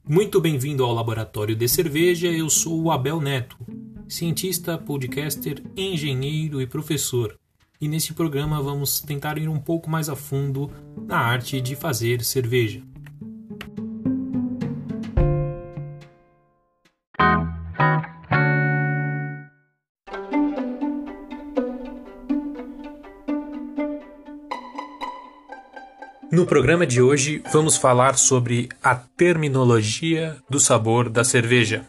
Muito bem-vindo ao Laboratório de Cerveja, eu sou o Abel Neto, cientista, podcaster, engenheiro e professor. E neste programa vamos tentar ir um pouco mais a fundo na arte de fazer cerveja. No programa de hoje vamos falar sobre a terminologia do sabor da cerveja.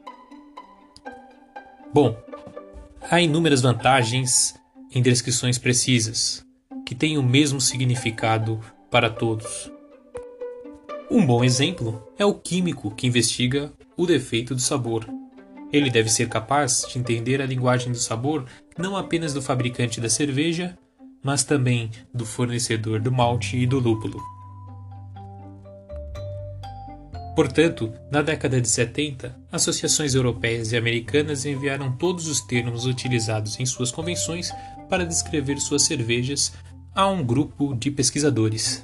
Bom, há inúmeras vantagens em descrições precisas, que têm o mesmo significado para todos. Um bom exemplo é o químico que investiga o defeito do sabor. Ele deve ser capaz de entender a linguagem do sabor não apenas do fabricante da cerveja, mas também do fornecedor do malte e do lúpulo. Portanto, na década de 70, associações europeias e americanas enviaram todos os termos utilizados em suas convenções para descrever suas cervejas a um grupo de pesquisadores.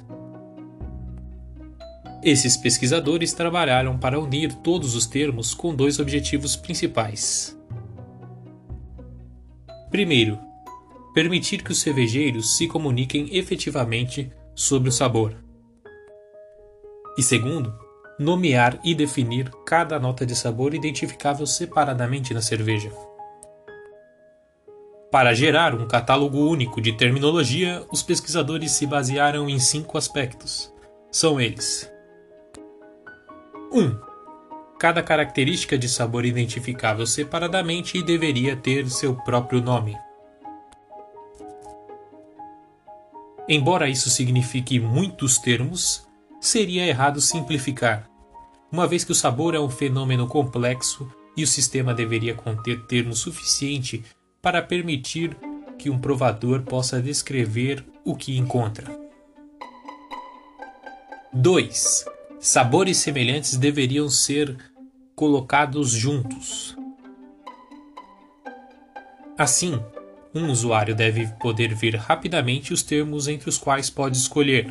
Esses pesquisadores trabalharam para unir todos os termos com dois objetivos principais. Primeiro, permitir que os cervejeiros se comuniquem efetivamente sobre o sabor. E segundo, nomear e definir cada nota de sabor identificável separadamente na cerveja. Para gerar um catálogo único de terminologia, os pesquisadores se basearam em 5 aspectos. São eles: 1. Cada característica de sabor identificável separadamente deveria ter seu próprio nome. Embora isso signifique muitos termos, seria errado simplificar, uma vez que o sabor é um fenômeno complexo e o sistema deveria conter termo suficiente para permitir que um provador possa descrever o que encontra. 2. Sabores semelhantes deveriam ser colocados juntos. Assim, um usuário deve poder ver rapidamente os termos entre os quais pode escolher.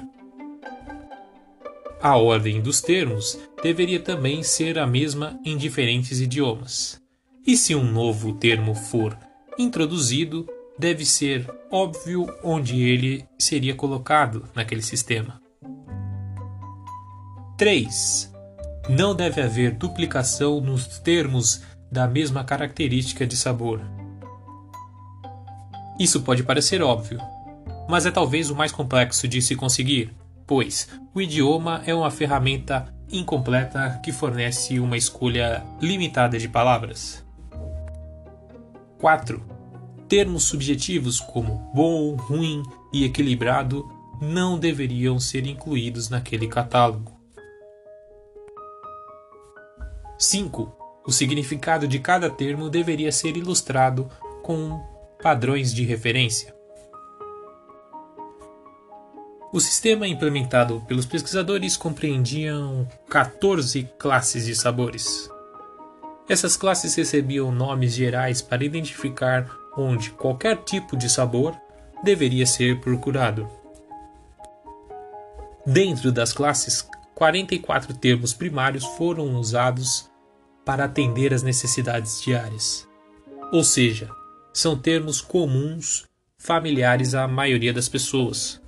A ordem dos termos deveria também ser a mesma em diferentes idiomas. E se um novo termo for introduzido, deve ser óbvio onde ele seria colocado naquele sistema. 3. Não deve haver duplicação nos termos da mesma característica de sabor. Isso pode parecer óbvio, mas é talvez o mais complexo de se conseguir, pois o idioma é uma ferramenta incompleta que fornece uma escolha limitada de palavras. 4. Termos subjetivos como bom, ruim e equilibrado não deveriam ser incluídos naquele catálogo. 5. O significado de cada termo deveria ser ilustrado com padrões de referência. O sistema implementado pelos pesquisadores compreendia 14 classes de sabores. Essas classes recebiam nomes gerais para identificar onde qualquer tipo de sabor deveria ser procurado. Dentro das classes, 44 termos primários foram usados para atender às necessidades diárias. Ou seja, são termos comuns, familiares à maioria das pessoas.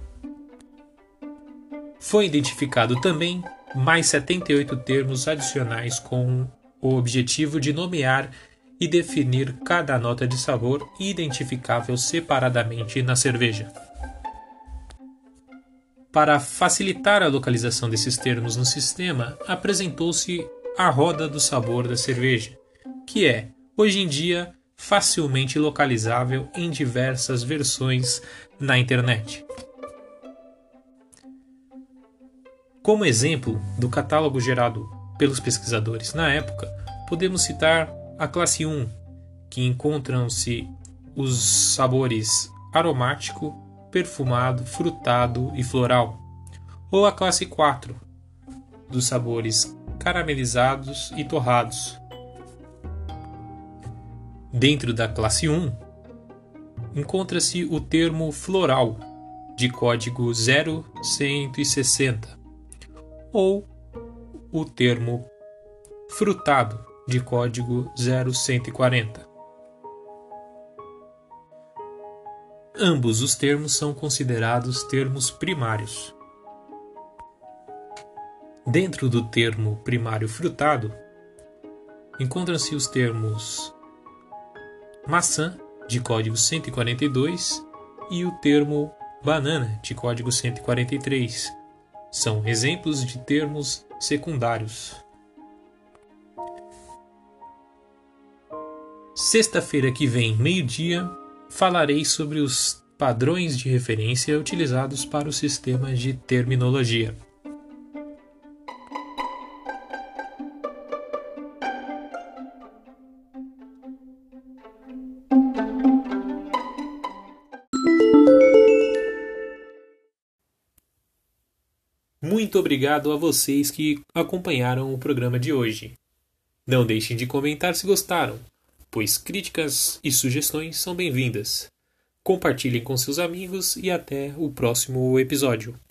Foi identificado também mais 78 termos adicionais com o objetivo de nomear e definir cada nota de sabor identificável separadamente na cerveja. Para facilitar a localização desses termos no sistema, apresentou-se a roda do sabor da cerveja, que é, hoje em dia, facilmente localizável em diversas versões na internet. Como exemplo do catálogo gerado pelos pesquisadores na época, podemos citar a classe 1, que encontram-se os sabores aromático, perfumado, frutado e floral, ou a classe 4, dos sabores caramelizados e torrados. Dentro da classe 1, encontra-se o termo floral, de código 0160, ou o termo frutado, de código 0140. Ambos os termos são considerados termos primários. Dentro do termo primário frutado, encontram-se os termos maçã, de código 142, e o termo banana, de código 143. São exemplos de termos secundários. Sexta-feira que vem, meio-dia, falarei sobre os padrões de referência utilizados para o sistema de terminologia. Muito obrigado a vocês que acompanharam o programa de hoje. Não deixem de comentar se gostaram, pois críticas e sugestões são bem-vindas. Compartilhem com seus amigos e até o próximo episódio.